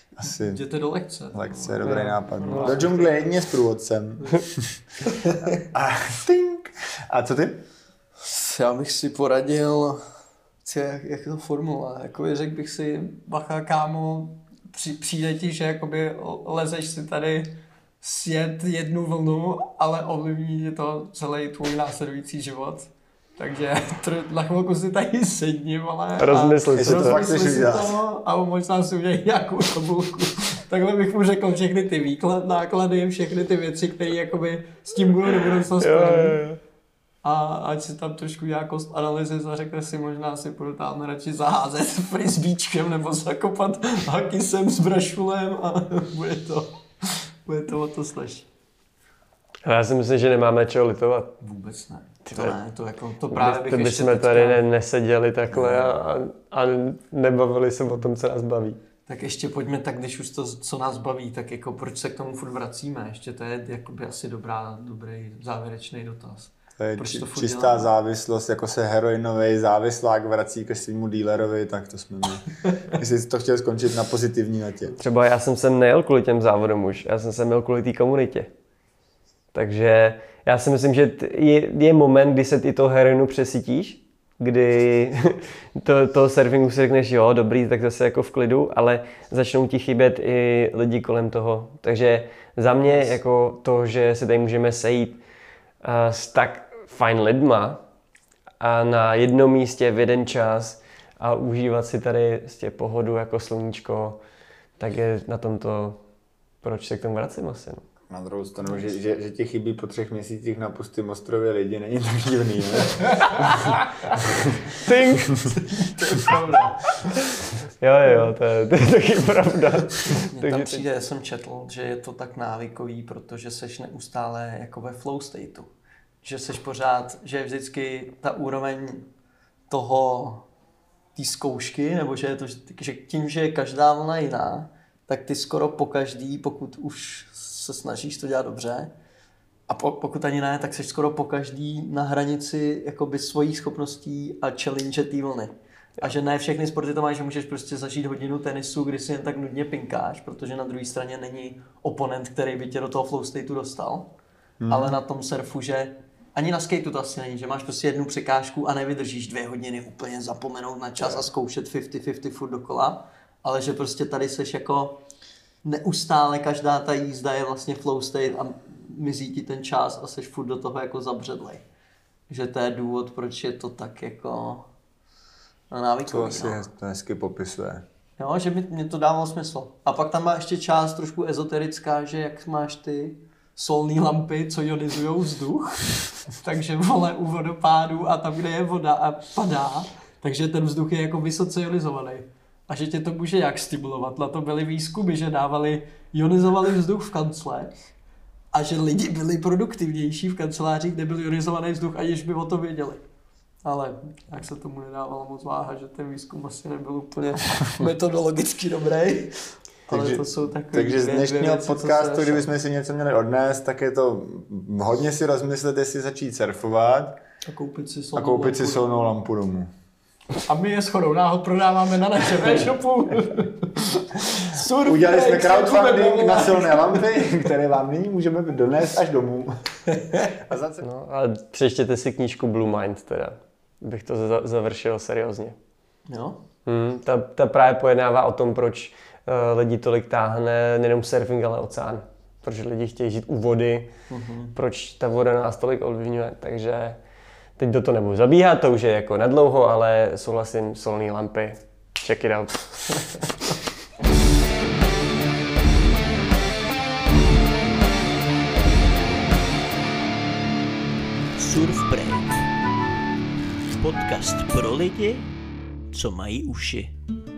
Asi Jděte do lekce. lekce je dobrý nápad. Do džungle jedině s průvodcem. A, tink. A co ty? Já bych si poradil, jak, jak je to formula, jako řekl bych si, bacha kámo, při, přijde ti, že jakoby lezeš si tady sjet jednu vlnu, ale ovlivní ti to celý tvůj následující život. Takže tr- na chvilku si tady sedni, vole. Rozmysli si to. Rozmysli si to a možná si udělej nějakou tabulku. Takhle bych mu řekl všechny ty výklad, náklady, všechny ty věci, které jakoby s tím budou do budoucna spojené. A ať si tam trošku dělá kost analýzy a řekne si, možná si budu tam radši zaházet frisbíčkem nebo zakopat hakisem s brašulem a bude to, bude to o to snažší. Já si myslím, že nemáme čeho litovat. Vůbec ne. To ne, to, jako, to právě bych to ještě bychom teďka... tady ne, neseděli takhle a, a nebavili se o tom, co nás baví. Tak ještě pojďme tak, když už to, co nás baví, tak jako proč se k tomu furt vracíme? Ještě to je jakoby asi dobrá, dobrý závěrečný dotaz. To je Proč či, to furt čistá děláme? závislost, jako se heroinový závislák vrací ke svýmu dealerovi, tak to jsme my. Jestli jsi to chtěl skončit na pozitivní natě. Třeba já jsem sem nejel kvůli těm závodům už, já jsem sem jel kvůli té komunitě. Takže já si myslím, že je, je moment, kdy se ty toho heroinu přesytíš, kdy to, toho surfingu si řekneš, jo, dobrý, tak zase jako v klidu, ale začnou ti chybět i lidi kolem toho. Takže za mě jako to, že se tady můžeme sejít uh, s tak fajn lidma a na jednom místě v jeden čas a užívat si tady prostě pohodu jako sluníčko, tak je na tomto, proč se k tomu vracím asi. No. Na druhou stranu, že, že, že ti chybí po třech měsících na pustém ostrově lidi, není tak divný, ne? Think. To je pravda. Jo, jo, to je, to je taky pravda. Mně tam přijde, já jsem četl, že je to tak návykový, protože seš neustále jako ve flow stateu. Že seš pořád, že je vždycky ta úroveň toho, té zkoušky, nebo že je to, že tím, že je každá vlna jiná, tak ty skoro po každý, pokud už se snažíš to dělat dobře, a po, pokud ani ne, tak jsi skoro po každý na hranici jakoby svojich schopností a challenge té vlny. A že ne všechny sporty to máš, že můžeš prostě zažít hodinu tenisu, kdy si jen tak nudně pinkáš, protože na druhé straně není oponent, který by tě do toho flow stateu dostal. Hmm. Ale na tom surfu, že ani na skateu to asi není, že máš prostě jednu překážku a nevydržíš dvě hodiny úplně zapomenout na čas a zkoušet padesát padesát furt dokola, ale že prostě tady seš jako neustále, každá ta jízda je vlastně flow state a mizí ti ten čas a seš furt do toho jako zabředlej. Že to je důvod, proč je to tak jako návykový. To asi no. to hezky popisuje. Jo, že mi, mě to dávalo smysl. A pak tam má ještě část trošku ezoterická, že jak máš ty solní lampy, co ionizujou vzduch, takže vole u vodopádu a tam, kde je voda a padá, takže ten vzduch je jako vysoce ionizovaný. A že tě to může jak stimulovat. Na to byly výzkumy, že dávali, ionizovali vzduch v kanclech a že lidi byli produktivnější v kancelářích, kde byl ionizovaný vzduch, aniž by o to věděli. Ale jak se tomu nedávalo moc váha, že ten výzkum asi nebyl úplně metodologicky dobrý. Ale Takže, to jsou takové takže z dvě, dnešního dvě věci, podcastu, kdybychom si něco měli odnést, tak je to hodně si rozmyslet, jestli začít surfovat a koupit si a solnou koupit si lampu. solnou lampu domů. A my je shodou náhod prodáváme na našem e-shopu. Surf Udělali jsme Break, crowdfunding Surf na Break. silné lampy, které vám nyní můžeme donést až domů. A za cenu... No, a přečtěte si knížku Blue Mind teda, bych to za- završil seriózně. Jo? Hmm, ta, ta právě pojednává o tom, proč uh, lidi tolik táhne nejenom surfing, ale oceán. Proč lidi chtějí žít u vody, mm-hmm. proč ta voda nás tolik ovlivňuje, takže teď do toho nebudu zabíhat, to už je jako nadlouho, ale souhlasím, solné lampy, check it out. Surf Break. Podcast pro lidi, co mají uši.